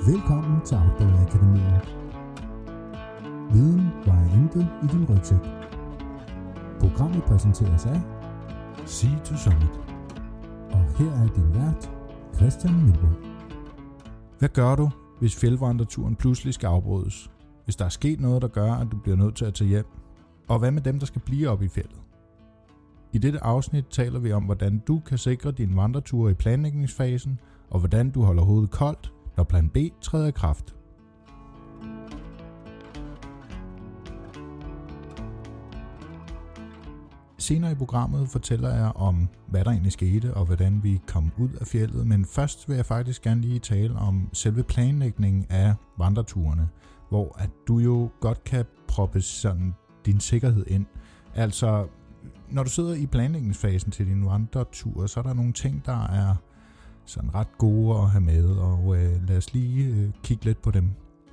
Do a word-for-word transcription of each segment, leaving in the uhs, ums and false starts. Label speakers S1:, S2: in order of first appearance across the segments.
S1: Velkommen til Outdoor Akademiet. Viden vejer intet i din rygsæk. Programmet præsenteres af Sea to Summit. Og her er din vært, Christian Milbo.
S2: Hvad gør du, hvis fjeldvandreturen pludselig skal afbrydes? Hvis der er sket noget, der gør, at du bliver nødt til at tage hjem? Og hvad med dem, der skal blive oppe i fjeldet? I dette afsnit taler vi om, hvordan du kan sikre dine vandreture i planlægningsfasen, og hvordan du holder hovedet koldt, når plan B træder i kraft. Senere i programmet fortæller jeg om, hvad der egentlig skete, og hvordan vi kom ud af fjeldet, men først vil jeg faktisk gerne lige tale om selve planlægningen af vandreturene, hvor at du jo godt kan proppe sådan din sikkerhed ind. Altså, når du sidder i planlægningsfasen til din vandretur, så er der nogle ting, der er sådan ret gode at have med, og øh, lad os lige øh, kigge lidt på dem.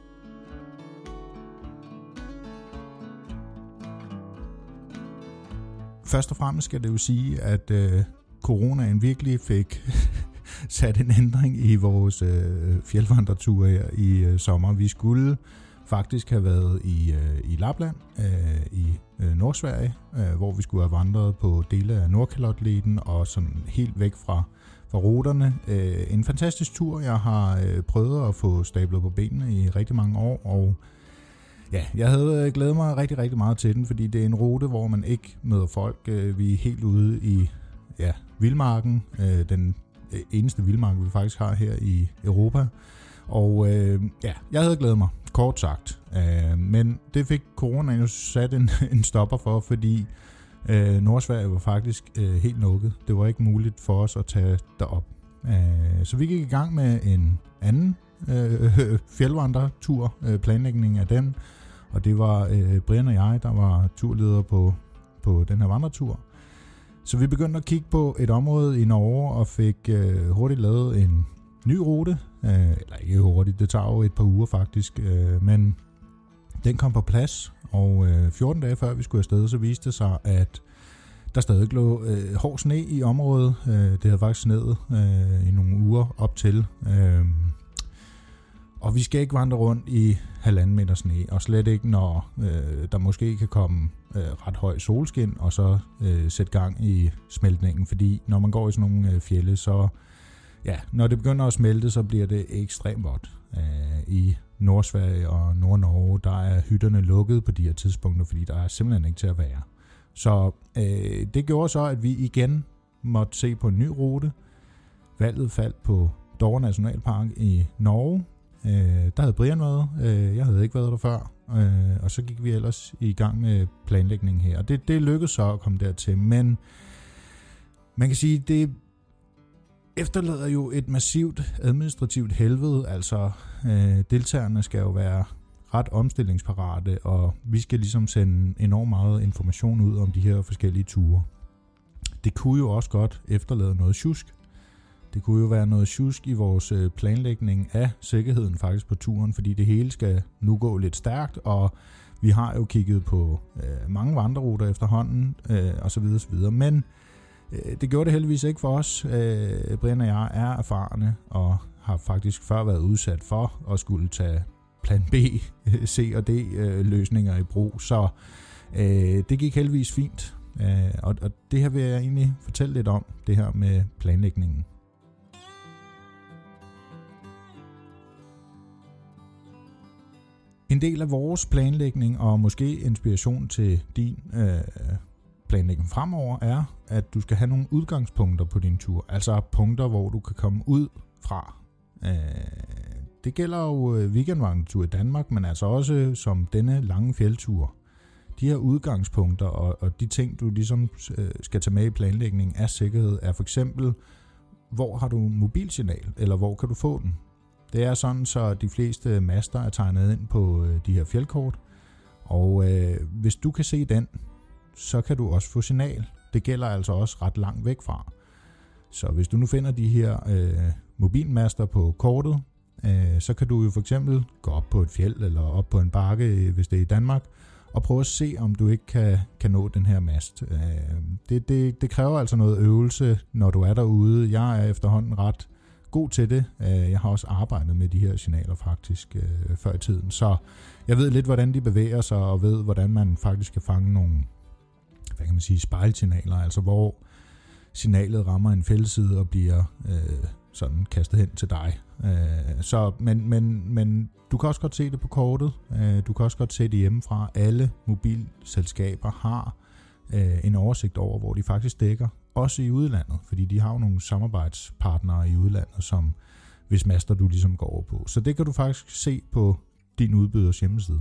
S2: Først og fremmest skal det jo sige, at øh, coronaen virkelig fik sat en ændring i vores øh, fjeldvandreture her i øh, sommer. Vi skulle faktisk have været i, øh, i Lapland, øh, i øh, Nordsverige, øh, hvor vi skulle have vandret på dele af Nordkalotleden og sådan helt væk fra, fra ruterne. Øh, en fantastisk tur, jeg har øh, prøvet at få stablet på benene i rigtig mange år, og ja, jeg havde glædet mig rigtig, rigtig meget til den, fordi det er en rute, hvor man ikke møder folk. Øh, vi er helt ude i ja, vildmarken, øh, den eneste vildmark, vi faktisk har her i Europa. Og øh, ja, jeg havde glædet mig, kort sagt. Øh, men det fik corona jo sat en, en stopper for, fordi øh, Nordsverige var faktisk øh, helt lukket. Det var ikke muligt for os at tage derop. Øh, så vi gik i gang med en anden øh, fjeldvandretur, øh, planlægning af den. Og det var øh, Brian og jeg, der var turleder på, på den her vandretur. Så vi begyndte at kigge på et område i Norge og fik øh, hurtigt lavet en ny rute. Øh, eller ikke hurtigt, det tager jo et par uger faktisk. Øh, men den kom på plads, og øh, fjorten dage før vi skulle afsted, så viste det sig, at der stadig lå øh, hård sne i området. Øh, det havde faktisk sneet øh, i nogle uger op til. Øh, og vi skal ikke vandre rundt i halvanden meter sne, og slet ikke når øh, der måske kan komme øh, ret høj solskin, og så øh, sætte gang i smeltningen. Fordi når man går i sådan nogle øh, fjelde, så ja, når det begynder at smelte, så bliver det ekstremt vådt. Øh, I Nordsverige og Nord-Norge, der er hytterne lukket på de her tidspunkter, fordi der er simpelthen ikke til at være. Så øh, det gjorde så, at vi igen måtte se på en ny rute. Valget faldt på Dovre Nationalpark i Norge. Øh, der havde Brian været. Øh, jeg havde ikke været der før. Øh, og så gik vi ellers i gang med planlægningen her. Og det, det lykkedes så at komme dertil. Men man kan sige, det efterlader jo et massivt administrativt helvede. Altså, øh, deltagerne skal jo være ret omstillingsparate, og vi skal ligesom sende enormt meget information ud om de her forskellige ture. Det kunne jo også godt efterlade noget sjusk. Det kunne jo være noget sjusk i vores planlægning af sikkerheden faktisk på turen, fordi det hele skal nu gå lidt stærkt, og vi har jo kigget på øh, mange vandreruter efterhånden, øh, osv. osv. Men øh, det gjorde det heldigvis ikke for os. Øh, Brian og jeg er erfarne, og har faktisk før været udsat for at skulle tage plan B, C og D øh, løsninger i brug, så øh, det gik heldigvis fint. Øh, og, og det her vil jeg egentlig fortælle lidt om, det her med planlægningen. En del af vores planlægning og måske inspiration til din øh, planlægning fremover er, at du skal have nogle udgangspunkter på din tur. Altså punkter, hvor du kan komme ud fra. Øh, det gælder jo weekendvandretur i Danmark, men altså også som denne lange fjeldtur. De her udgangspunkter og, og de ting, du ligesom øh, skal tage med i planlægningen af sikkerhed, er for eksempel, hvor har du mobilsignal, eller hvor kan du få den? Det er sådan, så de fleste master er tegnet ind på øh, de her fjeldkort, og øh, hvis du kan se den, så kan du også få signal. Det gælder altså også ret langt væk fra. Så hvis du nu finder de her øh, mobilmaster på kortet, øh, så kan du jo for eksempel gå op på et fjeld eller op på en bakke, hvis det er i Danmark, og prøve at se, om du ikke kan, kan nå den her mast. Øh, det, det, det kræver altså noget øvelse, når du er derude. Jeg er efterhånden ret god til det. Jeg har også arbejdet med de her signaler faktisk øh, før i tiden, så jeg ved lidt, hvordan de bevæger sig, og ved, hvordan man faktisk kan fange nogle, hvad kan man sige, spejlsignaler, altså hvor signalet rammer en fældeside og bliver øh, sådan kastet hen til dig. Øh, så, men, men, men du kan også godt se det på kortet. Øh, du kan også godt se det hjemmefra. Alle mobilselskaber har øh, en oversigt over, hvor de faktisk dækker, også i udlandet, fordi de har jo nogle samarbejdspartnere i udlandet, som hvis master du ligesom går over på. Så det kan du faktisk se på din udbyders hjemmeside.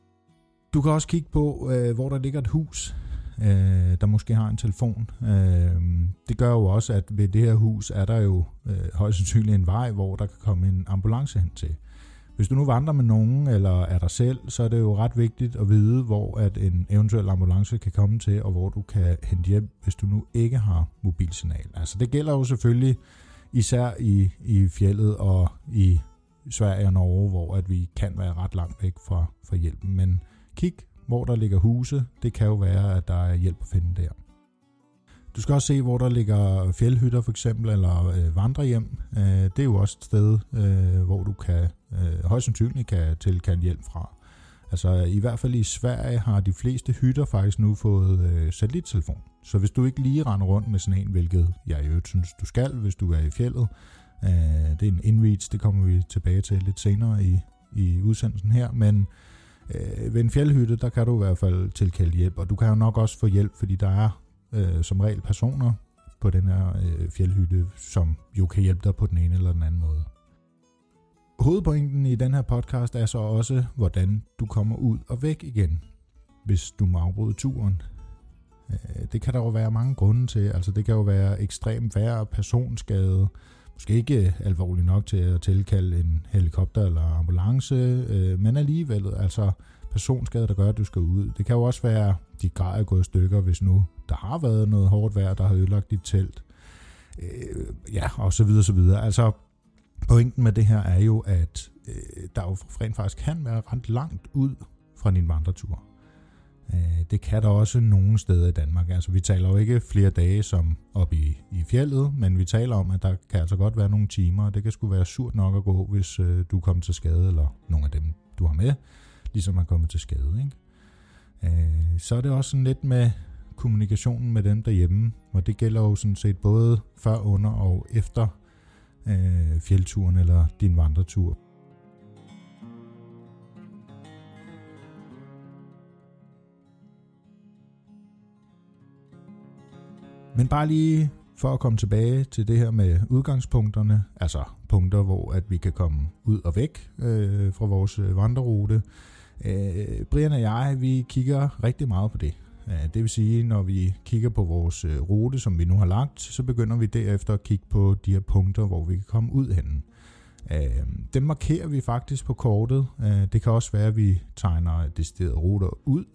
S2: Du kan også kigge på, øh, hvor der ligger et hus, øh, der måske har en telefon. Øh, det gør jo også, at ved det her hus er der jo øh, højst sandsynligt en vej, hvor der kan komme en ambulance hen til. Hvis du nu vandrer med nogen, eller er dig selv, så er det jo ret vigtigt at vide, hvor at en eventuel ambulance kan komme til, og hvor du kan hente hjem, hvis du nu ikke har mobilsignal. Altså det gælder jo selvfølgelig især i, i fjeldet og i Sverige og Norge, hvor at vi kan være ret langt væk fra, fra hjælpen. Men kig, hvor der ligger huse. Det kan jo være, at der er hjælp at finde der. Du skal også se, hvor der ligger fjeldhytter for eksempel, eller øh, vandrehjem. Øh, det er jo også et sted, øh, hvor du kan øh, højst sandsynligt kan tilkalde hjælp fra. Altså i hvert fald i Sverige har de fleste hytter faktisk nu fået øh, satellittelefon. Så hvis du ikke lige render rundt med sådan en, hvilket jeg jo synes du skal, hvis du er i fjeldet, øh, det er en inReach, det kommer vi tilbage til lidt senere i, i udsendelsen her, men øh, ved en fjeldhytte, der kan du i hvert fald tilkalde hjælp, og du kan jo nok også få hjælp, fordi der er øh, som regel personer på den her øh, fjeldhytte, som jo kan hjælpe dig på den ene eller den anden måde. Hovedpointen i den her podcast er så også, hvordan du kommer ud og væk igen, hvis du må afbryde turen. Det kan der jo være mange grunde til. Altså det kan jo være ekstrem vejr, personskade, måske ikke alvorligt nok til at tilkalde en helikopter eller ambulance, men alligevel altså personskade, der gør, at du skal ud. Det kan jo også være, at dit grej er gået i stykker, hvis nu der har været noget hårdt vejr, der har ødelagt dit telt. Ja, og så videre, så videre. Altså pointen med det her er jo, at øh, der jo rent faktisk kan være ret langt ud fra din vandretur. Øh, det kan der også nogle steder i Danmark. Altså vi taler jo ikke flere dage som oppe i, i fjeldet, men vi taler om, at der kan altså godt være nogle timer, og det kan sgu være surt nok at gå, hvis øh, du kommer til skade, eller nogle af dem, du har med, ligesom er kommet til skade. Ikke? Øh, så er det også sådan lidt med kommunikationen med dem derhjemme, og det gælder jo sådan set både før, under og efter Øh, fjeldturen eller din vandretur. Men bare lige for at komme tilbage til det her med udgangspunkterne, altså punkter, hvor at vi kan komme ud og væk øh, fra vores vandrerute. Øh, Brian og jeg, vi kigger rigtig meget på det. Det vil sige, når vi kigger på vores rute, som vi nu har lagt, så begynder vi derefter at kigge på de her punkter, hvor vi kan komme ud henne. Dem markerer vi faktisk på kortet. Det kan også være, at vi tegner deciderede ruter ud.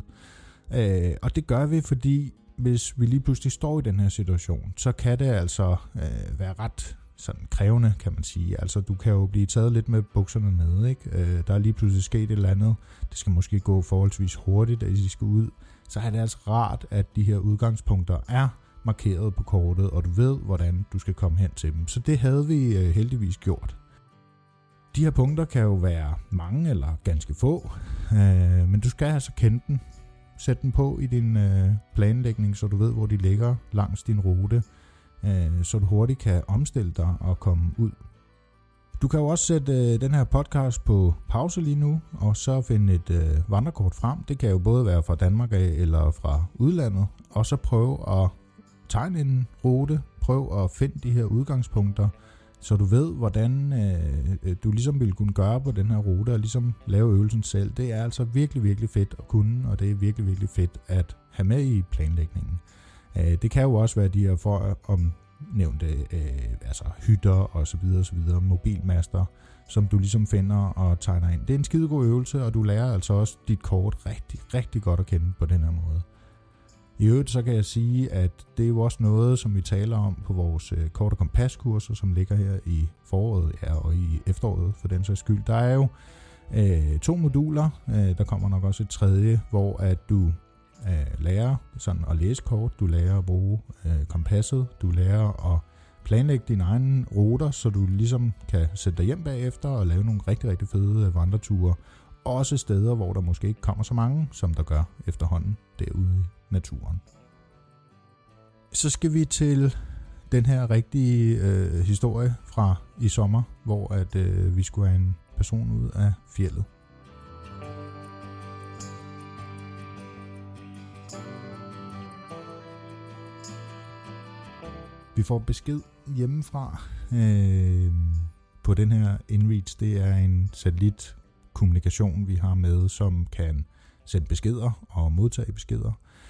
S2: Og det gør vi, fordi hvis vi lige pludselig står i den her situation, så kan det altså være ret sådan krævende, kan man sige. Altså, du kan jo blive taget lidt med bukserne nede, ikke? Der er lige pludselig sket et eller andet. Det skal måske gå forholdsvis hurtigt, at I skal ud. Så er det altså rart, at de her udgangspunkter er markeret på kortet, og du ved, hvordan du skal komme hen til dem. Så det havde vi heldigvis gjort. De her punkter kan jo være mange eller ganske få, men du skal altså kende dem. Sæt dem på i din planlægning, så du ved, hvor de ligger langs din rute, så du hurtigt kan omstille dig og komme ud. Du kan jo også sætte øh, den her podcast på pause lige nu, og så finde et øh, vandrekort frem. Det kan jo både være fra Danmark af eller fra udlandet. Og så prøve at tegne en rute. Prøv at finde de her udgangspunkter, så du ved, hvordan øh, du ligesom vil kunne gøre på den her rute, og ligesom lave øvelsen selv. Det er altså virkelig, virkelig fedt at kunne, og det er virkelig, virkelig fedt at have med i planlægningen. Øh, det kan jo også være de her for om nævnte øh, altså hytter og så videre og så videre, mobilmaster, som du ligesom finder og tegner ind. Det er en skidegod øvelse, og du lærer altså også dit kort rigtig, rigtig godt at kende på den her måde. I øvrigt så kan jeg sige, at det er jo også noget, som vi taler om på vores øh, kort- og kompaskurser, som ligger her i foråret ja, og i efteråret for den sags skyld. Der er jo øh, to moduler, øh, der kommer nok også et tredje, hvor at du øh, lærer sådan at læse kort, du lærer at bruge øh, kompasset, du lærer at planlægge dine egne ruter, så du ligesom kan sætte dig hjem bagefter og lave nogle rigtig, rigtig fede vandreture. Også steder, hvor der måske ikke kommer så mange, som der gør efterhånden derude i naturen. Så skal vi til den her rigtige øh, historie fra i sommer, hvor at, øh, vi skulle have en person ud af fjeldet. Vi får besked hjemmefra øh, på den her InReach. Det er en satellitkommunikation, vi har med, som kan sende beskeder og modtage beskeder.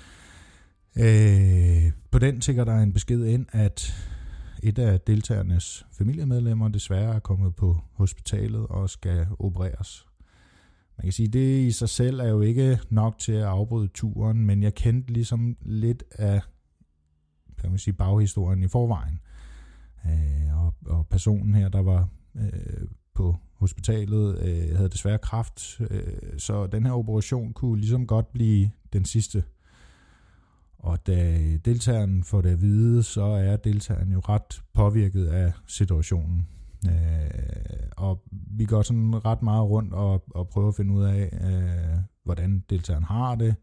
S2: Øh, på den tikker der en besked ind, at et af deltagernes familiemedlemmer desværre er kommet på hospitalet og skal opereres. Man kan sige, at det i sig selv er jo ikke nok til at afbryde turen, men jeg kendte ligesom lidt af kan man sige, baghistorien i forvejen. Øh, og, og personen her, der var øh, på hospitalet, øh, havde desværre kræft, øh, så den her operation kunne ligesom godt blive den sidste. Og da deltageren får det at vide, så er deltageren jo ret påvirket af situationen. Øh, og vi går sådan ret meget rundt og, og prøver at finde ud af, øh, hvordan deltageren har det,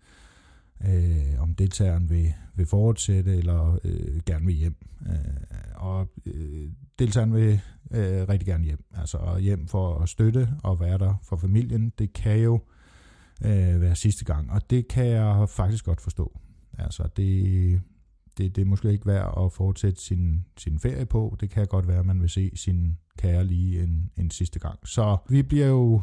S2: øh, om deltageren vil, vil fortsætte eller øh, gerne vil hjem. Øh, og øh, deltageren vil øh, rigtig gerne hjem. Altså hjem for at støtte og være der for familien. Det kan jo øh, være sidste gang, og det kan jeg faktisk godt forstå. Altså, det, det, det er måske ikke værd at fortsætte sin, sin ferie på. Det kan godt være, at man vil se sin kære lige en, en sidste gang. Så vi bliver jo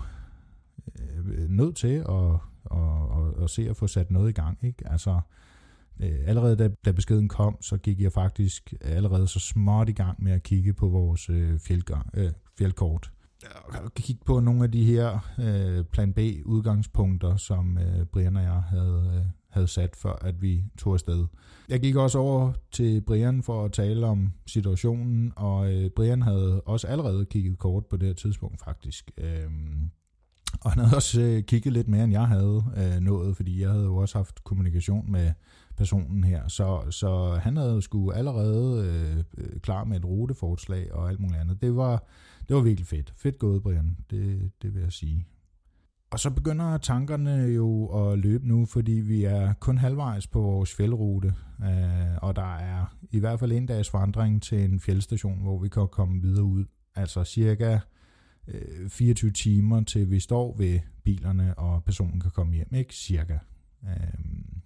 S2: øh, nødt til at, at, at, at se at få sat noget i gang. Ikke? Altså, øh, allerede da, da beskeden kom, så gik jeg faktisk allerede så småt i gang med at kigge på vores øh, fjeldgang, øh, fjeldkort. Og kigge på nogle af de her øh, plan B udgangspunkter, som øh, Brian og jeg havde... Øh, havde sat, før at vi tog afsted. Jeg gik også over til Brian for at tale om situationen, og øh, Brian havde også allerede kigget kort på det her tidspunkt faktisk. Øhm, og han havde også øh, kigget lidt mere, end jeg havde øh, nået, fordi jeg havde jo også haft kommunikation med personen her. Så, så han havde sgu allerede øh, klar med et ruteforslag og alt muligt andet. Det var, det var virkelig fedt. Fedt gået, Brian. Det, det vil jeg sige. Og så begynder tankerne jo at løbe nu, fordi vi er kun halvvejs på vores fjeldrute, øh, og der er i hvert fald en dags vandring til en fjeldstation, hvor vi kan komme videre ud. Altså cirka øh, fireogtyve timer til vi står ved bilerne, og personen kan komme hjem, ikke? Cirka. Øh,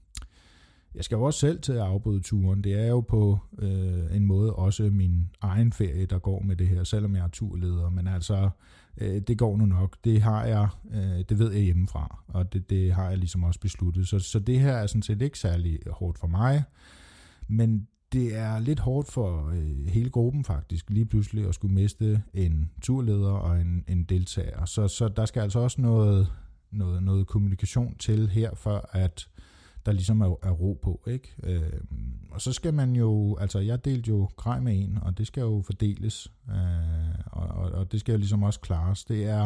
S2: jeg skal jo også selv til at afbryde turen. Det er jo på øh, en måde også min egen ferie, der går med det her, selvom jeg er turleder, men altså... Det går nu nok. Det har jeg, det ved jeg hjemmefra, og det, det har jeg ligesom også besluttet. Så, så det her er sådan set ikke særlig hårdt for mig, men det er lidt hårdt for øh, hele gruppen faktisk, lige pludselig at skulle miste en turleder og en, en deltager. Så, så der skal altså også noget, noget, noget kommunikation til her, før at der ligesom er, er ro på, ikke? Øh, og så skal man jo, altså jeg delte jo grej med en, og det skal jo fordeles, øh, og, og, og det skal jo ligesom også klares. Det er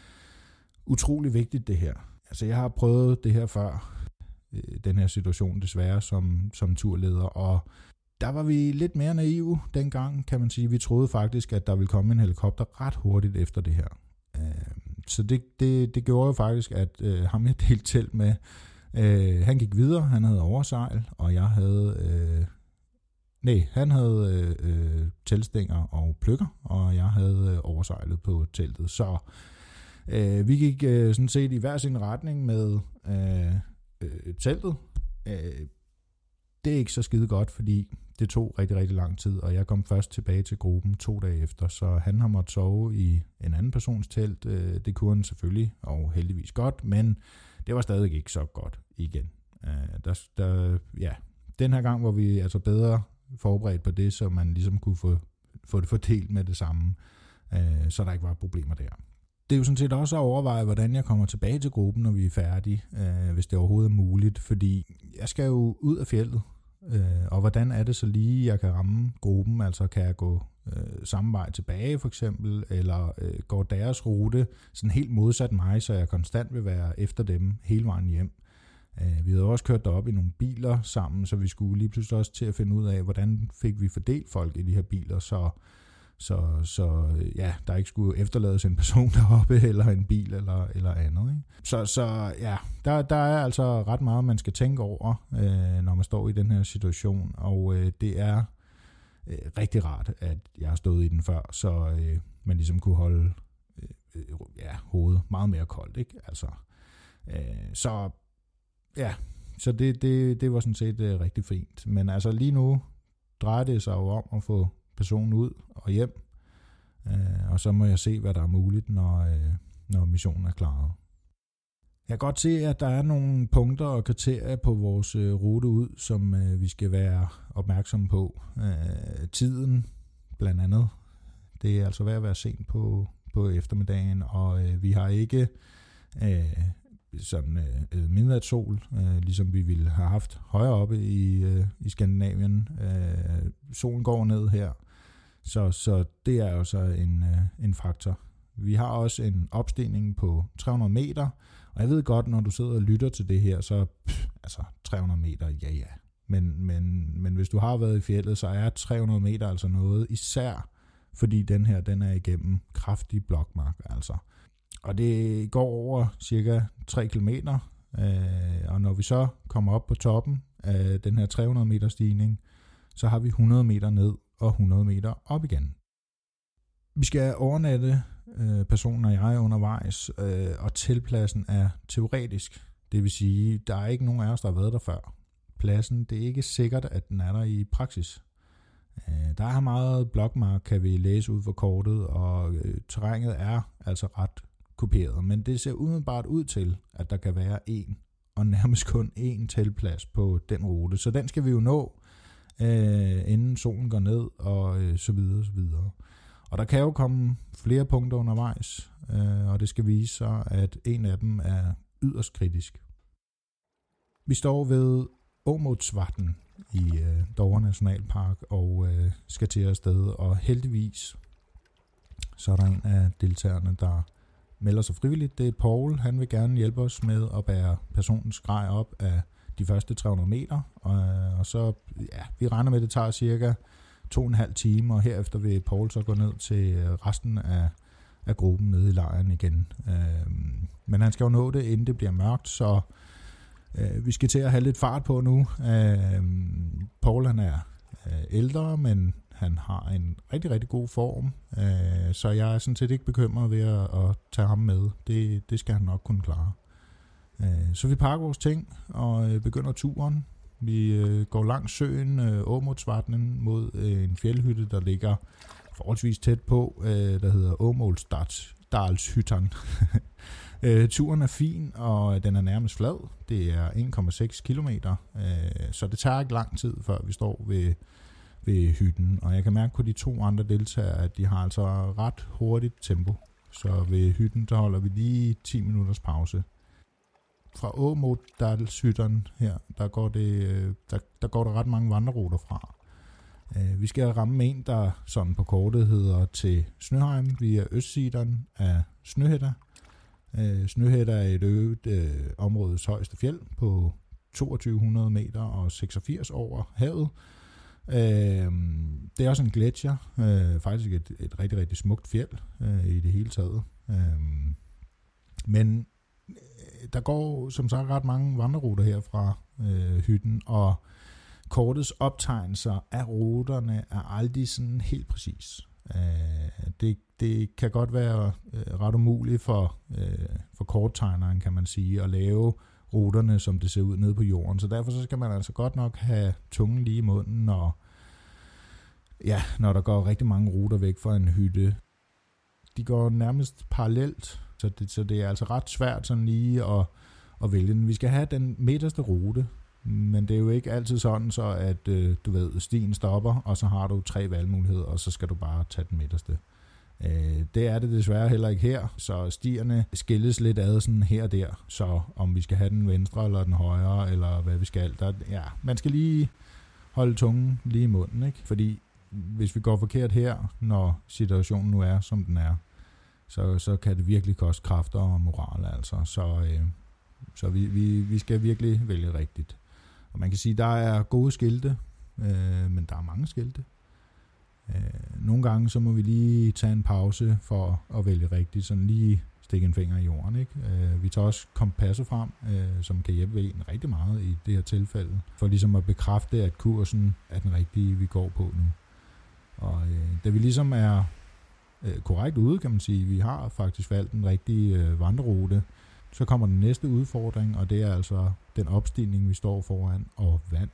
S2: utrolig vigtigt det her. Altså jeg har prøvet det her før, øh, den her situation desværre som, som turleder, og der var vi lidt mere naive dengang, kan man sige. Vi troede faktisk, at der ville komme en helikopter ret hurtigt efter det her. Øh, så det, det, det gjorde jo faktisk, at øh, ham jeg delte telt med, Uh, han gik videre, han havde oversejl, og jeg havde, uh, nej, han havde uh, teltstænger og pløkker, og jeg havde uh, oversejlet på teltet. Så uh, vi gik uh, sådan set i hver sin retning med uh, uh, teltet. Uh, det er ikke så skide godt, fordi det tog rigtig, rigtig lang tid, og jeg kom først tilbage til gruppen to dage efter, så han har måttet sove i en anden persons telt. Uh, det kunne han selvfølgelig, og heldigvis godt, men det var stadig ikke så godt igen. Uh, der, der, ja. Den her gang var vi altså bedre forberedt på det, så man ligesom kunne få, få det fordelt med det samme, uh, så der ikke var problemer der. Det er jo sådan set også at overveje, hvordan jeg kommer tilbage til gruppen, når vi er færdige, uh, hvis det overhovedet er muligt, fordi jeg skal jo ud af fjeldet, uh, og hvordan er det så lige, jeg kan ramme gruppen, altså kan jeg gå øh, samme vej tilbage for eksempel, eller øh, går deres rute sådan helt modsat mig, så jeg konstant vil være efter dem hele vejen hjem. Øh, vi havde også kørt derop i nogle biler sammen, så vi skulle lige pludselig også til at finde ud af, hvordan fik vi fordelt folk i de her biler, så, så, så ja, der ikke skulle efterlades en person deroppe, eller en bil, eller, eller andet. Ikke? Så, så ja, der, der er altså ret meget, man skal tænke over, øh, når man står i den her situation, og øh, det er øh, rigtig rart, at jeg har stået i den før, så øh, man ligesom kunne holde øh, ja, hovedet meget mere koldt, ikke? Altså, øh, så ja, så det, det, det var sådan set øh, rigtig fint. Men altså lige nu drejer det sig jo om at få personen ud og hjem, øh, og så må jeg se, hvad der er muligt, når, øh, når missionen er klaret. Jeg kan godt se, at der er nogle punkter og kriterier på vores øh, rute ud, som øh, vi skal være opmærksomme på. Øh, tiden, blandt andet. Det er altså ved at være sent på, på eftermiddagen, og øh, vi har ikke øh, sådan øh, midnatssol, øh, ligesom vi ville have haft højere oppe i, øh, i Skandinavien. Øh, solen går ned her, så, så det er jo så en, øh, en faktor. Vi har også en opstigning på tre hundrede meter, og jeg ved godt, når du sidder og lytter til det her, så pff, altså tre hundrede meter, ja ja. Men, men, men hvis du har været i fjeldet, så er tre hundrede meter altså noget, især fordi den her, den er igennem kraftig blokmark, altså. Og det går over cirka tre kilometer, øh, og når vi så kommer op på toppen af den her tre hundrede meter stigning, så har vi hundrede meter ned og hundrede meter op igen. Vi skal overnatte, øh, personen og jeg, undervejs, øh, og teltpladsen er teoretisk. Det vil sige, der er ikke nogen af os, der har været der før. Pladsen, det er ikke sikkert, at den er der i praksis. Øh, der er meget blokmark, kan vi læse ud fra kortet, og øh, terrænet er altså ret kuperet, men det ser umiddelbart ud til, at der kan være en, og nærmest kun én teltplads på den rute. Så den skal vi jo nå, øh, inden solen går ned, og øh, så videre, så videre. Og der kan jo komme flere punkter undervejs, øh, og det skal vise sig, at en af dem er yderst kritisk. Vi står ved Åmotsvatn i øh, Dovre Nationalpark og øh, skal til afsted, og heldigvis så er der en af deltagerne, der melder sig frivilligt. Det er Paul. Han vil gerne hjælpe os med at bære personens grej op af de første tre hundrede meter, og, og så, ja, vi regner med, at det tager cirka to og en halv time, og herefter vil Paul så gå ned til resten af, af gruppen nede i lejren igen. Øh, men han skal jo nå det, inden det bliver mørkt, så øh, vi skal til at have lidt fart på nu. Øh, Paul, han er øh, ældre, men han har en rigtig, rigtig god form, øh, så jeg er sådan set ikke bekymret ved at, at tage ham med. Det, det skal han nok kunne klare. Øh, så vi pakker vores ting og øh, begynder turen. Vi øh, går langs søen øh, Åmotsvatnen mod øh, en fjeldhytte, der ligger forholdsvis tæt på, øh, der hedder Åmolsdalshyttan. øh, turen er fin, og den er nærmest flad. Det er en komma seks kilometer, øh, så det tager ikke lang tid, før vi står ved ved hytten, og jeg kan mærke på de to andre deltagere, at de har altså ret hurtigt tempo. Så ved hytten, der holder vi lige ti minutters pause. Fra Åmotsdalshyttan her, der går, det, der, der går der ret mange vandreruter fra. Vi skal ramme en, der sådan på kortet hedder til Snøheim via østsiden af Snøhetta. Snøhetta er et øvet øh, områdets højeste fjeld på toogtyve hundrede meter og seksogfirs over havet. Øh, det er også en gletsjer, øh, faktisk et, et rigtig, rigtig smukt fjeld øh, i det hele taget. Øh, men øh, der går som sagt ret mange vandreruter her fra øh, hytten, og kortets optegnelser af ruterne er aldrig sådan helt præcis. Øh, det, det kan godt være øh, ret umuligt for, øh, for korttegneren, kan man sige, at lave ruterne, som det ser ud nede på jorden. Så derfor så skal man altså godt nok have tungen lige i munden, når, ja, når der går rigtig mange ruter væk fra en hytte. De går nærmest parallelt, så det, så det er altså ret svært sådan lige at, at vælge den. Vi skal have den midterste rute, men det er jo ikke altid sådan, så at du ved, stien stopper, og så har du tre valgmuligheder, og så skal du bare tage den midterste. Det er det desværre heller ikke her, så stierne skilles lidt ad sådan her og der, så om vi skal have den venstre eller den højre, eller hvad vi skal, der, ja, man skal lige holde tungen lige i munden, ikke? Fordi hvis vi går forkert her, når situationen nu er, som den er, så, så kan det virkelig koste kræfter og moral, altså. Så øh, Så vi, vi, vi skal virkelig vælge rigtigt. Og man kan sige, at der er gode skilte, øh, men der er mange skilte. Øh, nogle gange så må vi lige tage en pause for at vælge rigtigt, sådan lige stikke en finger i jorden. Ikke? Øh, vi tager også kompasset frem, øh, som kan hjælpe en rigtig meget i det her tilfælde, for ligesom at bekræfte, at kursen er den rigtige, vi går på nu. Og øh, da vi ligesom er øh, korrekt ude, kan man sige, vi har faktisk valgt den rigtige øh, vandrerute, så kommer den næste udfordring, og det er altså den opstigning, vi står foran, og vand.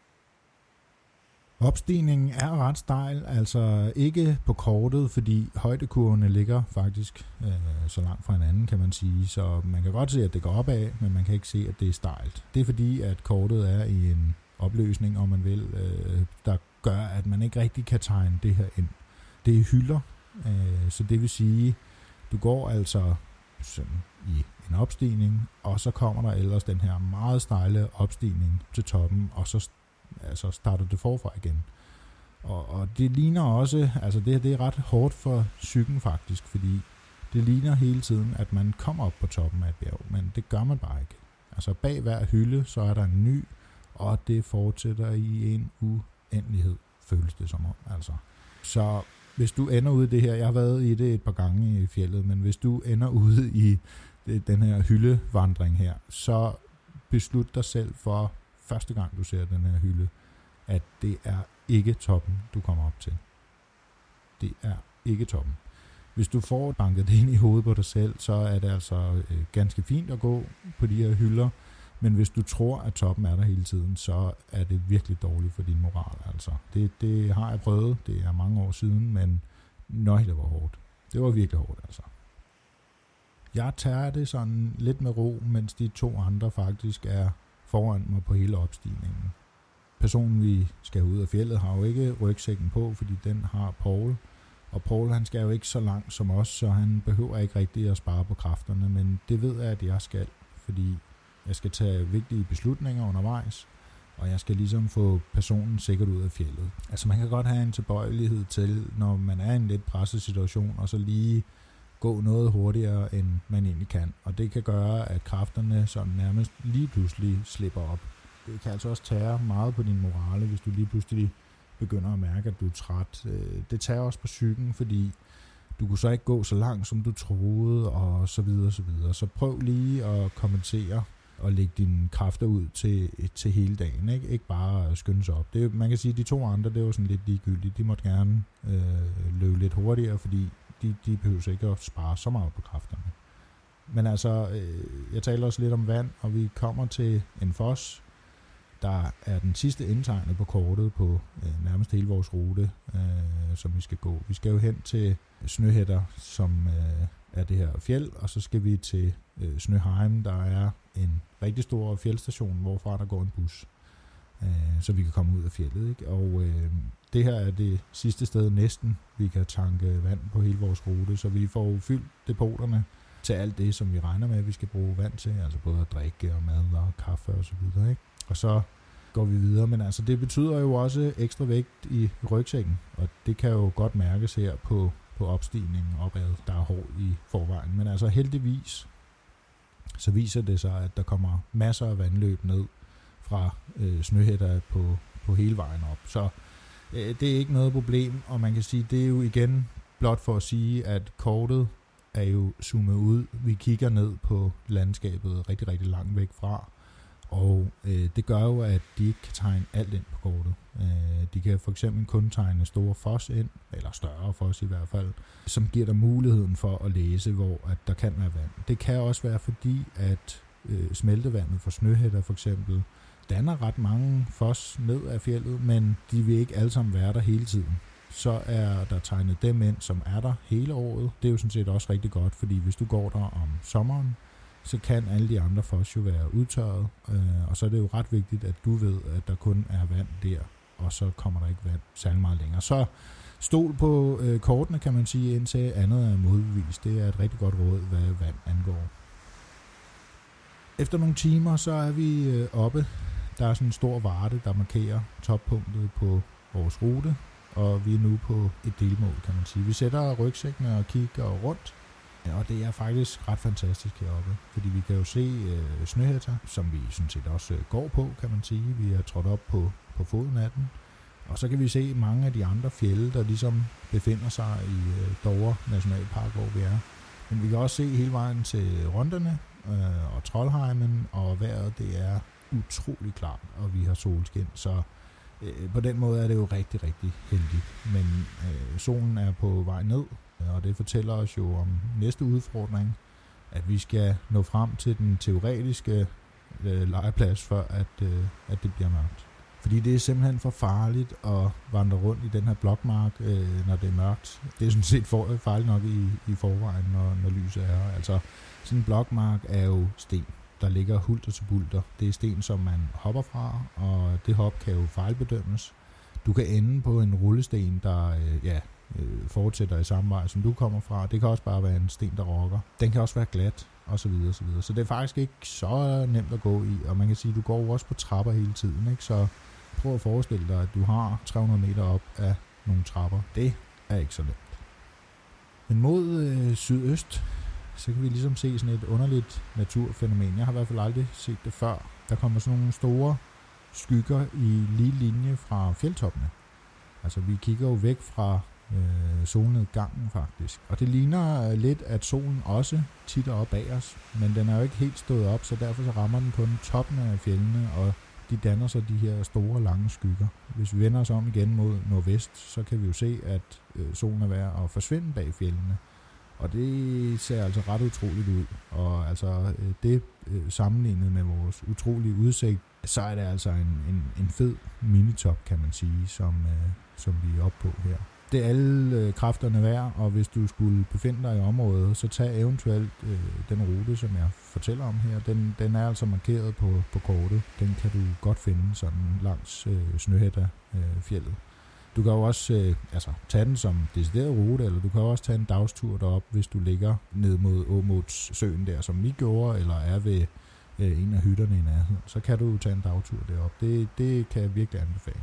S2: Opstigningen er ret stejl, altså ikke på kortet, fordi højdekurvene ligger faktisk øh, så langt fra hinanden, kan man sige. Så man kan godt se, at det går opad, men man kan ikke se, at det er stejlt. Det er fordi, at kortet er i en opløsning, om man vil, øh, der gør, at man ikke rigtig kan tegne det her ind. Det er hylder, øh, så det vil sige, du går altså sådan i en opstigning, og så kommer der ellers den her meget stejle opstigning til toppen, og så altså starter det forfra igen. Og, og det ligner også, altså det her det er ret hårdt for psyken faktisk, fordi det ligner hele tiden, at man kommer op på toppen af et bjerg, men det gør man bare ikke. Altså bag hver hylde, så er der en ny, og det fortsætter i en uendelighed, føles det som om. Altså. Så hvis du ender ude i det her, jeg har været i det et par gange i fjeldet, men hvis du ender ude i det, den her hyldevandring her, så beslut dig selv for første gang du ser den her hylde, at det er ikke toppen, du kommer op til. Det er ikke toppen. Hvis du får banket det ind i hovedet på dig selv, så er det altså øh, ganske fint at gå på de her hylder, men hvis du tror, at toppen er der hele tiden, så er det virkelig dårligt for din moral. Altså. Det, det har jeg prøvet, det er mange år siden, men nøj, det var hårdt. Det var virkelig hårdt, altså. Jeg tager det sådan lidt med ro, mens de to andre faktisk er foran mig på hele opstigningen. Personen, vi skal ud af fjeldet, har jo ikke rygsækken på, fordi den har Paul. Og Paul, han skal jo ikke så langt som os, så han behøver ikke rigtig at spare på kræfterne, men det ved jeg, at jeg skal, fordi jeg skal tage vigtige beslutninger undervejs, og jeg skal ligesom få personen sikkert ud af fjeldet. Altså man kan godt have en tilbøjelighed til, når man er i en lidt presset situation, og så lige gå noget hurtigere, end man egentlig kan. Og det kan gøre, at kræfterne sådan nærmest lige pludselig slipper op. Det kan altså også tære meget på din morale, hvis du lige pludselig begynder at mærke, at du er træt. Det tager også på psyken, fordi du kunne så ikke gå så langt, som du troede, og så videre, så videre. Så prøv lige at kommentere og lægge dine kræfter ud til, til hele dagen. Ikke, ikke bare skynde sig op. Det, man kan sige, at de to andre, det var sådan lidt ligegyldigt. De måtte gerne øh, løbe lidt hurtigere, fordi de, de behøver ikke at spare så meget på kræfterne. Men altså, øh, jeg taler også lidt om vand, og vi kommer til en fos, der er den sidste indtegnet på kortet på øh, nærmest hele vores rute, øh, som vi skal gå. Vi skal jo hen til Snøhætter, som øh, er det her fjeld, og så skal vi til øh, Snøheim, der er en rigtig stor fjeldstation, hvorfra der går en bus, øh, så vi kan komme ud af fjeldet. Ikke? Og øh, det her er det sidste sted næsten, vi kan tanke vand på hele vores rute, så vi får fyldt depoterne til alt det, som vi regner med, at vi skal bruge vand til, altså både at drikke og mad og kaffe og så videre, ikke? Og så går vi videre, men altså det betyder jo også ekstra vægt i rygsækken, og det kan jo godt mærkes her på, på opstigningen opad, der er hård i forvejen. Men altså heldigvis, så viser det sig, at der kommer masser af vandløb ned fra øh, Snøhætter på, på hele vejen op. Så øh, det er ikke noget problem, og man kan sige, det er jo igen blot for at sige, at kortet er jo zoomet ud. Vi kigger ned på landskabet rigtig, rigtig langt væk fra, og øh, det gør jo, at de ikke kan tegne alt ind på kortet. Øh, de kan for eksempel kun tegne store fos ind, eller større fos i hvert fald, som giver dig muligheden for at læse, hvor at der kan være vand. Det kan også være fordi, at øh, smeltevandet fra Snøhætter for eksempel danner ret mange fos ned af fjeldet, men de vil ikke alle sammen være der hele tiden. Så er der tegnet dem ind, som er der hele året. Det er jo sådan set også rigtig godt, fordi hvis du går der om sommeren, så kan alle de andre fos jo være udtørret, øh, og så er det jo ret vigtigt, at du ved, at der kun er vand der, og så kommer der ikke vand særlig meget længere. Så stol på øh, kortene, kan man sige, indtil andet er modbevist. Det er et rigtig godt råd, hvad vand angår. Efter nogle timer, så er vi øh, oppe. Der er sådan en stor varte, der markerer toppunktet på vores rute, og vi er nu på et delmål, kan man sige. Vi sætter rygsækkene og kigger rundt, Ja, og det er faktisk ret fantastisk heroppe, fordi vi kan jo se øh, Snøhetta, som vi sådan set også øh, går på, kan man sige. Vi er trådt op på, på foden af den. Og så kan vi se mange af de andre fjelde, der ligesom befinder sig i øh, Dovre Nationalpark, hvor vi er. Men vi kan også se hele vejen til Ronderne øh, og Trollheimen, og vejret det er utrolig klart, og vi har solskin, så øh, på den måde er det jo rigtig, rigtig heldigt. Men øh, solen er på vej ned, og det fortæller os jo om næste udfordring, at vi skal nå frem til den teoretiske øh, legeplads, før at, øh, at det bliver mørkt. Fordi det er simpelthen for farligt at vandre rundt i den her blokmark, øh, når det er mørkt. Det er sådan set for, farligt nok i, i forvejen, når, når lyset er. Altså, sådan en blokmark er jo sten, der ligger hulter til bulter. Det er sten, som man hopper fra, og det hop kan jo fejlbedømmes. Du kan ende på en rullesten, der øh, ja, øh, fortsætter i samme vej, som du kommer fra. Det kan også bare være en sten, der rokker. Den kan også være glat, og så videre, og så videre. Så det er faktisk ikke så nemt at gå i, og man kan sige, at du går jo også på trapper hele tiden, ikke? Så prøv at forestille dig, at du har tre hundrede meter op af nogle trapper. Det er ikke så nemt. Men mod øh, sydøst, så kan vi ligesom se sådan et underligt naturfænomen. Jeg har i hvert fald aldrig set det før. Der kommer sådan nogle store skygger i lige linje fra fjeldtoppene. Altså vi kigger jo væk fra øh, solnedgangen faktisk. Og det ligner lidt, at solen også titter op bag os. Men den er jo ikke helt stået op, så derfor så rammer den kun toppen af fjellene, og de danner så de her store, lange skygger. Hvis vi vender os om igen mod nordvest, så kan vi jo se, at øh, solen er ved at forsvinde bag fjellene. Og det ser altså ret utroligt ud. Og altså øh, det øh, sammenlignet med vores utrolige udsigt, så er det altså en, en, en fed minitop, kan man sige, som, øh, som vi er oppe på her. Det er alle øh, kræfterne værd, og hvis du skulle befinde dig i området, så tag eventuelt øh, den rute, som jeg fortæller om her. Den, den er altså markeret på, på kortet. Den kan du godt finde sådan langs øh, Snøhetta-fjellet. Øh, du kan jo også øh, altså, tage den som decideret rute, eller du kan også tage en dagstur derop, hvis du ligger ned mod Åmots søen der, som vi gjorde, eller er ved øh, en af hytterne i nærheden. Så kan du tage en dagtur derop. Det, det kan jeg virkelig anbefale.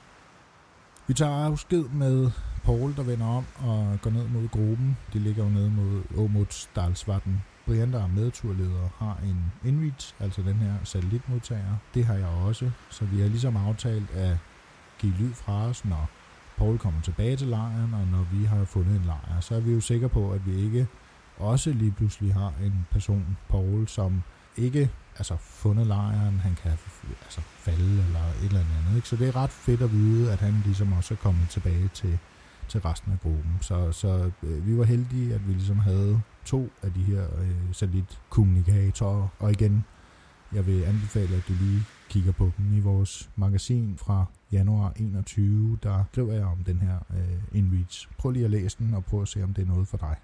S2: Vi tager afsked med Paul, der vender om og går ned mod gruppen. De ligger jo nede mod Åmots Dalsvatn. Brian, der er medturleder, har en InReach, altså den her satellitmodtager. Det har jeg også, så vi har ligesom aftalt at give lyd fra os, når Paul kommer tilbage til lejren, og når vi har fundet en lejr. Så er vi jo sikre på, at vi ikke også lige pludselig har en person, Paul, som ikke altså fundet lejren, han kan altså falde eller et eller andet, ikke? Så det er ret fedt at vide, at han ligesom også er kommet tilbage til, til resten af gruppen. Så, så øh, vi var heldige, at vi ligesom havde to af de her øh, satellitkommunikatorer. Og igen, jeg vil anbefale, at du lige kigger på dem i vores magasin fra januar enogtyve. Der skriver jeg om den her øh, InReach. Prøv lige at læse den, og prøv at se, om det er noget for dig.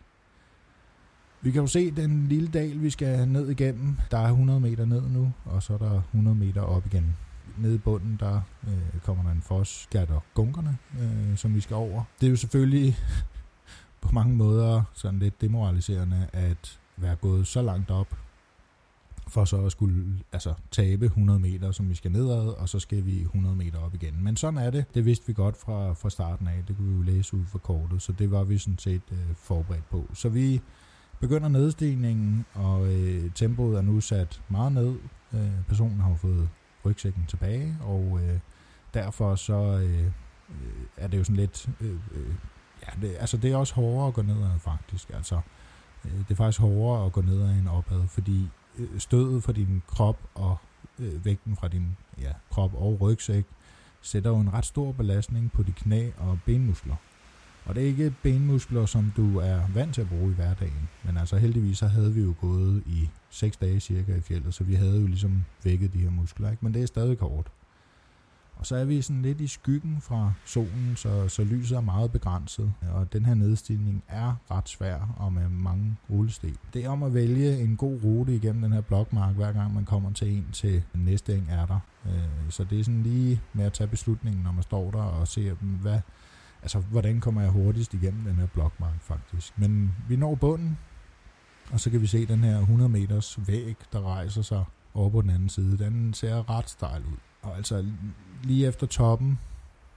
S2: Vi kan jo se den lille dal, vi skal ned igennem. Der er hundrede meter ned nu, og så er der hundrede meter op igen. Nede i bunden, der øh, kommer der en fos, skærter gunkerne, øh, som vi skal over. Det er jo selvfølgelig på mange måder sådan lidt demoraliserende at være gået så langt op, for så at skulle altså, tabe hundrede meter, som vi skal nedad, og så skal vi hundrede meter op igen. Men sådan er det. Det vidste vi godt fra, fra starten af. Det kunne vi jo læse ud fra kortet, så det var vi sådan set øh, forberedt på. Så vi begynder nedstigningen, og øh, tempoet er nu sat meget ned. Øh, personen har jo fået rygsækken tilbage, og øh, derfor så øh, er det jo sådan lidt... Øh, øh, ja, det, altså det er også hårdere at gå nedad faktisk. Altså, øh, det er faktisk hårdere at gå nedad end opad, fordi øh, stødet fra din krop og øh, vægten fra din ja, krop og rygsæk sætter jo en ret stor belastning på de knæ og benmuskler. Og det er ikke benmuskler, som du er vant til at bruge i hverdagen. Men altså heldigvis så havde vi jo gået i seks dage cirka i fjeldet, så vi havde jo ligesom vækket de her muskler, ikke? Men det er stadig hårdt. Og så er vi sådan lidt i skyggen fra solen, så, så lyset er meget begrænset. Og den her nedstigning er ret svær og med mange rullesten. Det er om at vælge en god rute igennem den her blokmark, hver gang man kommer til en til næste eng er der. Så det er sådan lige med at tage beslutningen, når man står der og ser, hvad... Altså, hvordan kommer jeg hurtigst igennem den her blokmark, faktisk. Men vi når bunden, og så kan vi se den her hundrede meters væg, der rejser sig over på den anden side. Den ser ret stejl ud. Og altså, lige efter toppen,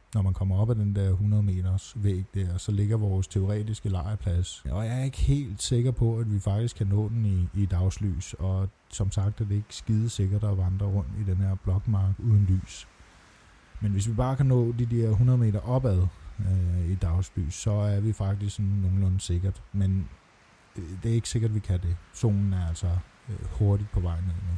S2: når man kommer op ad den der hundrede meters væg der, så ligger vores teoretiske lejrplads. Og jeg er ikke helt sikker på, at vi faktisk kan nå den i, i dagslys, og som sagt er det ikke skide sikkert at vandre rundt i den her blokmark uden lys. Men hvis vi bare kan nå de der hundrede meter opad øh, i dagslys, så er vi faktisk sådan nogenlunde sikkert. Men øh, det er ikke sikkert, at vi kan det. Solen er altså øh, hurtigt på vej ned nu.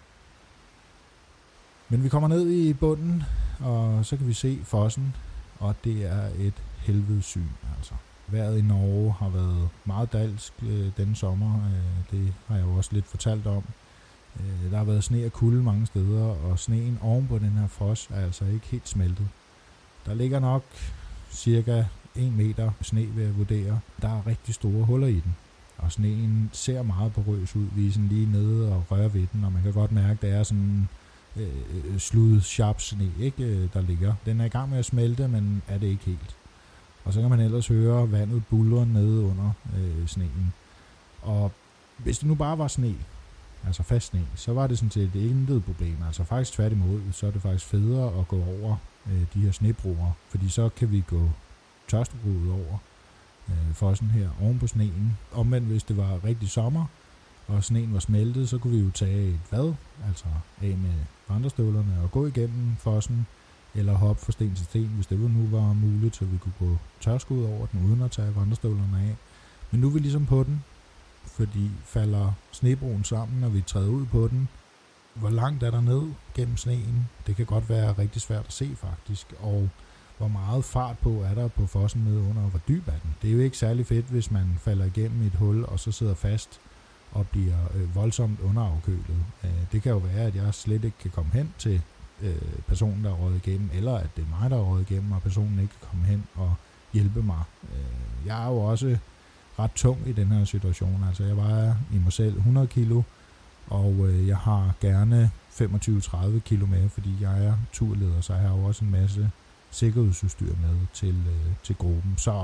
S2: Men vi kommer ned i bunden, og så kan vi se fossen, og det er et helvedes syn, altså. Vejret i Norge har været meget dalsk øh, denne sommer, øh, det har jeg jo også lidt fortalt om. Øh, der har været sne og kulde mange steder, og sneen oven på den her frost er altså ikke helt smeltet. Der ligger nok cirka en meter sne, vil jeg vurdere. Der er rigtig store huller i den, og sneen ser meget porøs ud. Vi er sådan lige nede og rører ved den, og man kan godt mærke, at det er sådan øh, slud, sharp sne, ikke, der ligger. Den er i gang med at smelte, men er det ikke helt. Og så kan man ellers høre vandet buldre nede under øh, sneen. Og hvis det nu bare var sne, altså fast sne, så var det sådan set det intet problem. Altså faktisk tværtimod, så er det faktisk federe at gå over øh, de her snebroer, fordi så kan vi gå tørstebroet over øh, fossen her oven på sneen. Omvendt, hvis det var rigtig sommer, og sneen var smeltet, så kunne vi jo tage et vad, altså af med vandrestøvlerne og gå igennem fossen, eller hoppe fra sten til sten, hvis det nu var muligt, så vi kunne gå tørskud over den, uden at tage vandrestøvlerne af. Men nu er vi ligesom på den, fordi falder snebroen sammen, når vi træder ud på den. Hvor langt er der ned gennem sneen? Det kan godt være rigtig svært at se faktisk, og hvor meget fart på er der på fossen nede under, og hvor dyb er den? Det er jo ikke særlig fedt, hvis man falder igennem et hul, og så sidder fast og bliver øh, voldsomt underafkølet. Øh, det kan jo være, at jeg slet ikke kan komme hen til øh, personen, der er røget igennem, eller at det er mig, der er røget igennem, og personen ikke kan komme hen og hjælpe mig. Øh, jeg er jo også ret tung i den her situation. Altså jeg vejer i mig selv hundrede kilo, og øh, jeg har gerne femogtyve til tredive kilo med, fordi jeg er turleder, så jeg har jo også en masse sikkerhedsudstyr med til, øh, til gruppen. Så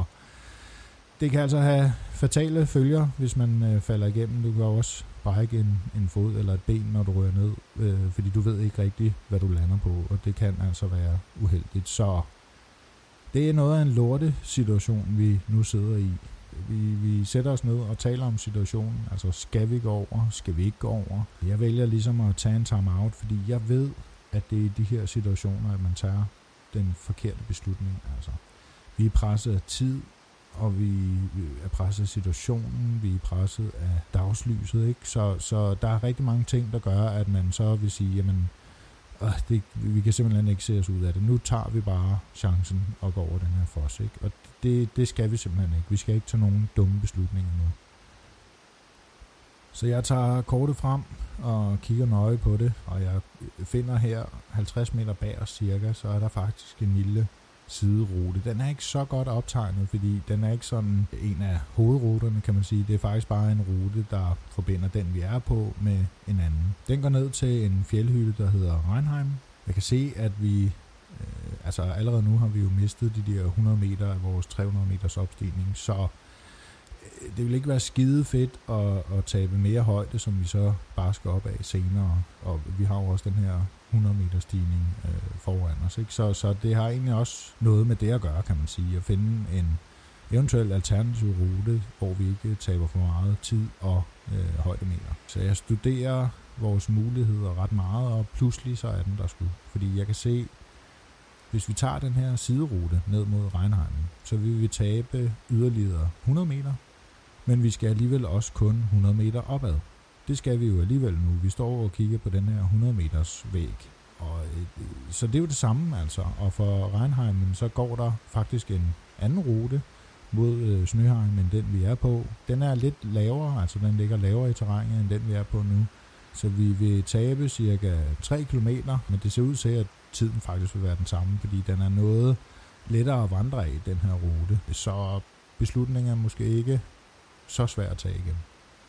S2: det kan altså have fatale følger, hvis man øh, falder igennem. Du kan også brække en, en fod eller et ben, når du rører ned, øh, fordi du ved ikke rigtigt, hvad du lander på, og det kan altså være uheldigt. Så det er noget af en lorte situation, vi nu sidder i. Vi, vi sætter os ned og taler om situationen. Altså, skal vi gå over? Skal vi ikke gå over? Jeg vælger ligesom at tage en time out, fordi jeg ved, at det er i de her situationer, at man tager den forkerte beslutning. Altså, vi er presset af tid, og vi er presset af situationen, vi er presset af dagslyset, ikke? Så, så der er rigtig mange ting, der gør, at man så vil sige, jamen, øh, det, vi kan simpelthen ikke se os ud af det. Nu tager vi bare chancen og går over den her foss, ikke? Og det, det skal vi simpelthen ikke. Vi skal ikke tage nogen dumme beslutninger nu. Så jeg tager kortet frem og kigger nøje på det, og jeg finder her halvtreds meter bag os cirka, så er der faktisk en lille siderute. Den er ikke så godt optegnet, fordi den er ikke sådan en af hovedruterne, kan man sige. Det er faktisk bare en rute, der forbinder den, vi er på, med en anden. Den går ned til en fjeldhytte, der hedder Reinheim. Jeg kan se, at vi, øh, altså allerede nu har vi jo mistet de der hundrede meter af vores tre hundrede meters opstigning, så øh, det vil ikke være skide fedt at, at tabe mere højde, som vi så bare skal op af senere. Og vi har jo også den her hundrede meter stigning øh, foran os, ikke? Så, så det har egentlig også noget med det at gøre, kan man sige, at finde en eventuel alternativ rute, hvor vi ikke taber for meget tid og øh, højdemeter. Så jeg studerer vores muligheder ret meget, og pludselig så er den der sgu. Fordi jeg kan se, hvis vi tager den her siderute ned mod Reinheim, så vil vi tabe yderligere hundrede meter, men vi skal alligevel også kun hundrede meter opad. Det skal vi jo alligevel nu. Vi står og kigger på den her hundrede meters væg. Og, øh, så det er jo det samme altså. Og for Reinheim, så går der faktisk en anden rute mod øh, Snøheim, end den vi er på. Den er lidt lavere, altså den ligger lavere i terrænet, end den vi er på nu. Så vi vil tabe cirka tre kilometer, men det ser ud til, at tiden faktisk vil være den samme, fordi den er noget lettere at vandre i, den her rute. Så beslutningen er måske ikke så svær at tage igen.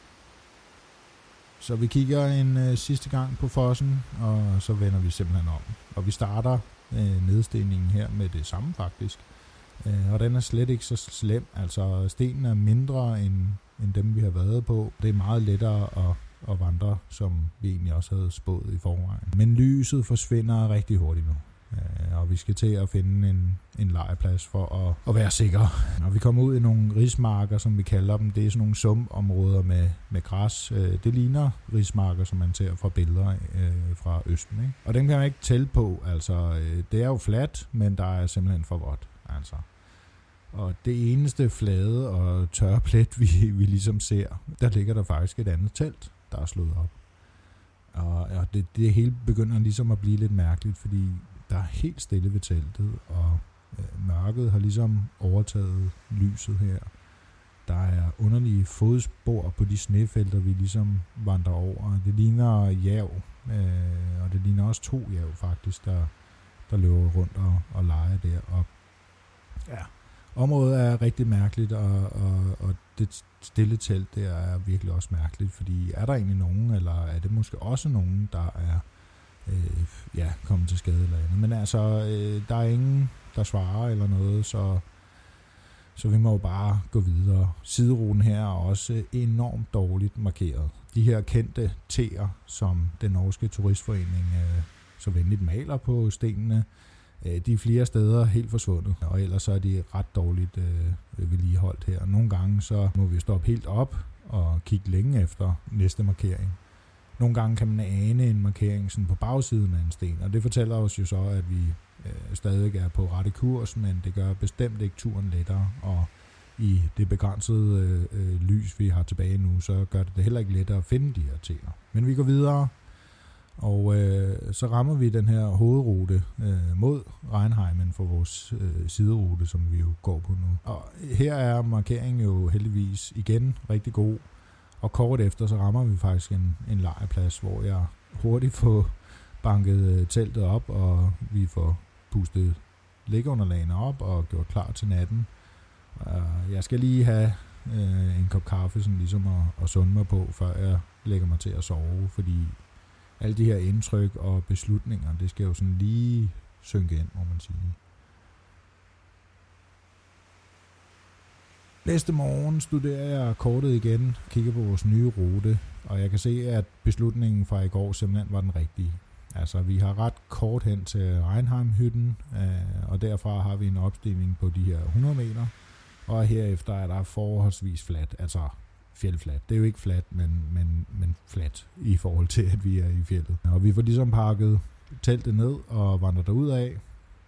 S2: Så vi kigger en øh, sidste gang på fossen, og så vender vi simpelthen om. Og vi starter øh, nedstigningen her med det samme faktisk. Øh, og den er slet ikke så slem. Altså stenen er mindre end, end dem vi har været på. Det er meget lettere at, at vandre, som vi egentlig også havde spået i forvejen. Men lyset forsvinder rigtig hurtigt nu. Og vi skal til at finde en, en legeplads for at, at være sikre. Og vi kommer ud i nogle rismarker, som vi kalder dem. Det er sådan nogle sumpområder med, med græs. Det ligner rismarker, som man ser fra billeder øh, fra Østen. Ikke? Og den kan man ikke tælle på. Altså, det er jo fladt, men der er simpelthen for vådt. Altså. Og det eneste flade og tørre plet, vi, vi ligesom ser, der ligger der faktisk et andet telt, der er slået op. Og, og det, det hele begynder ligesom at blive lidt mærkeligt, fordi der er helt stille ved teltet, og øh, mørket har ligesom overtaget lyset her. Der er underlige fodspor på de snefelter, vi ligesom vandrer over. Det ligner jav, øh, og det ligner også to jav faktisk, der, der løber rundt og, og leger deroppe. Ja. Området er rigtig mærkeligt, og, og, og det stille telt der er virkelig også mærkeligt, fordi er der egentlig nogen, eller er det måske også nogen, der er øh, ja, kommet til skade eller andet. Men altså, øh, der er ingen, der svarer eller noget, så, så vi må jo bare gå videre. Sideruten her er også enormt dårligt markeret. De her kendte T'er, som den norske turistforening øh, så venligt maler på stenene, de er flere steder helt forsvundet, og ellers så er de ret dårligt øh, vedligeholdt her. Nogle gange så må vi stoppe helt op og kigge længe efter næste markering. Nogle gange kan man ane en markering sådan på bagsiden af en sten, og det fortæller os jo så, at vi øh, stadig er på rette kurs, men det gør bestemt ikke turen lettere, og i det begrænsede øh, lys, vi har tilbage nu, så gør det det heller ikke lettere at finde de her T'er. Men vi går videre. Og øh, så rammer vi den her hovedrute øh, mod Reinheimen for vores øh, siderute, som vi jo går på nu. Og her er markeringen jo heldigvis igen rigtig god. Og kort efter, så rammer vi faktisk en, en lejrplads, hvor jeg hurtigt får banket teltet op, og vi får pustet liggeunderlagene op og gjort klar til natten. Uh, jeg skal lige have øh, en kop kaffe, sådan ligesom at, at sunde mig på, før jeg lægger mig til at sove, fordi alle de her indtryk og beslutninger, det skal jo sådan lige synke ind, må man sige. Næste morgen studerer jeg kortet igen, kigger på vores nye rute, og jeg kan se, at beslutningen fra i går simpelthen var den rigtige. Altså, vi har ret kort hen til Reinheim-hytten, øh, og derfra har vi en opstigning på de her hundrede meter, og herefter er der forholdsvis fladt, altså fjeldfladt. Det er jo ikke fladt, men, men, men fladt i forhold til, at vi er i fjeldet. Og vi får ligesom pakket teltet ned og vandrer derud af.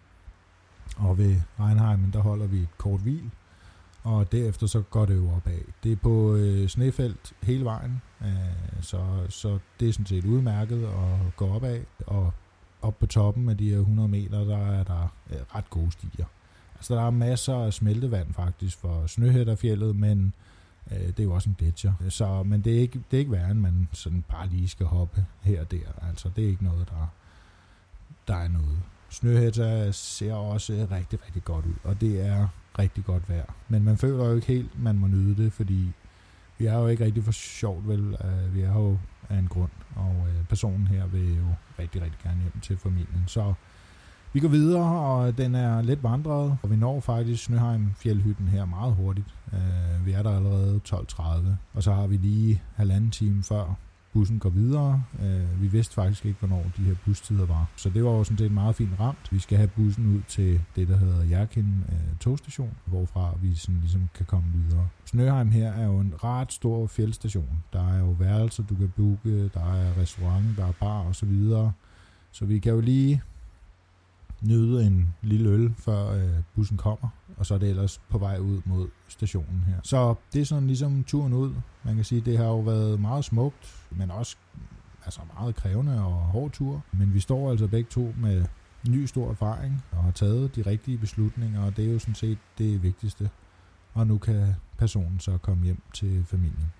S2: Og ved Reinheimen, der holder vi et kort hvil. Og derefter så går det jo opad. Det er på øh, snefelt hele vejen, øh, så, så det er sådan set udmærket at gå opad. Og op på toppen af de her hundrede meter, der er der øh, ret gode stier. Altså der er masser af smeltevand faktisk for Snøhætterfjeldet, men det er jo også en gletsjer. Så, men det er, ikke, det er ikke værre, end man sådan bare lige skal hoppe her og der. Altså, det er ikke noget, der, der er noget. Snøhætter ser også rigtig, rigtig godt ud, og det er rigtig godt vejr. Men man føler jo ikke helt, man må nyde det, fordi vi er jo ikke rigtig for sjovt, vel? Vi er jo af en grund, og personen her vil jo rigtig, rigtig gerne hjem til familien. Så vi går videre, og den er lidt vandret, og vi når faktisk Snøheim-fjeldhytten her meget hurtigt. Uh, vi er der allerede tolv tredive, og så har vi lige halvanden time før bussen går videre. Uh, vi vidste faktisk ikke, hvornår de her bustider var, så det var jo sådan set meget fint ramt. Vi skal have bussen ud til det, der hedder Hjerkinn uh, togstation, hvorfra vi sådan ligesom kan komme videre. Snøheim her er jo en ret stor fjeldstation. Der er jo værelser, du kan booke, der er restaurant, der er bar og så videre. Så vi kan jo lige nyde en lille øl, før øh, bussen kommer, og så er det ellers på vej ud mod stationen her. Så det er sådan ligesom turen ud. Man kan sige, det har jo været meget smukt, men også altså meget krævende og hård tur. Men vi står altså begge to med ny stor erfaring og har taget de rigtige beslutninger, og det er jo sådan set det vigtigste. Og nu kan personen så komme hjem til familien.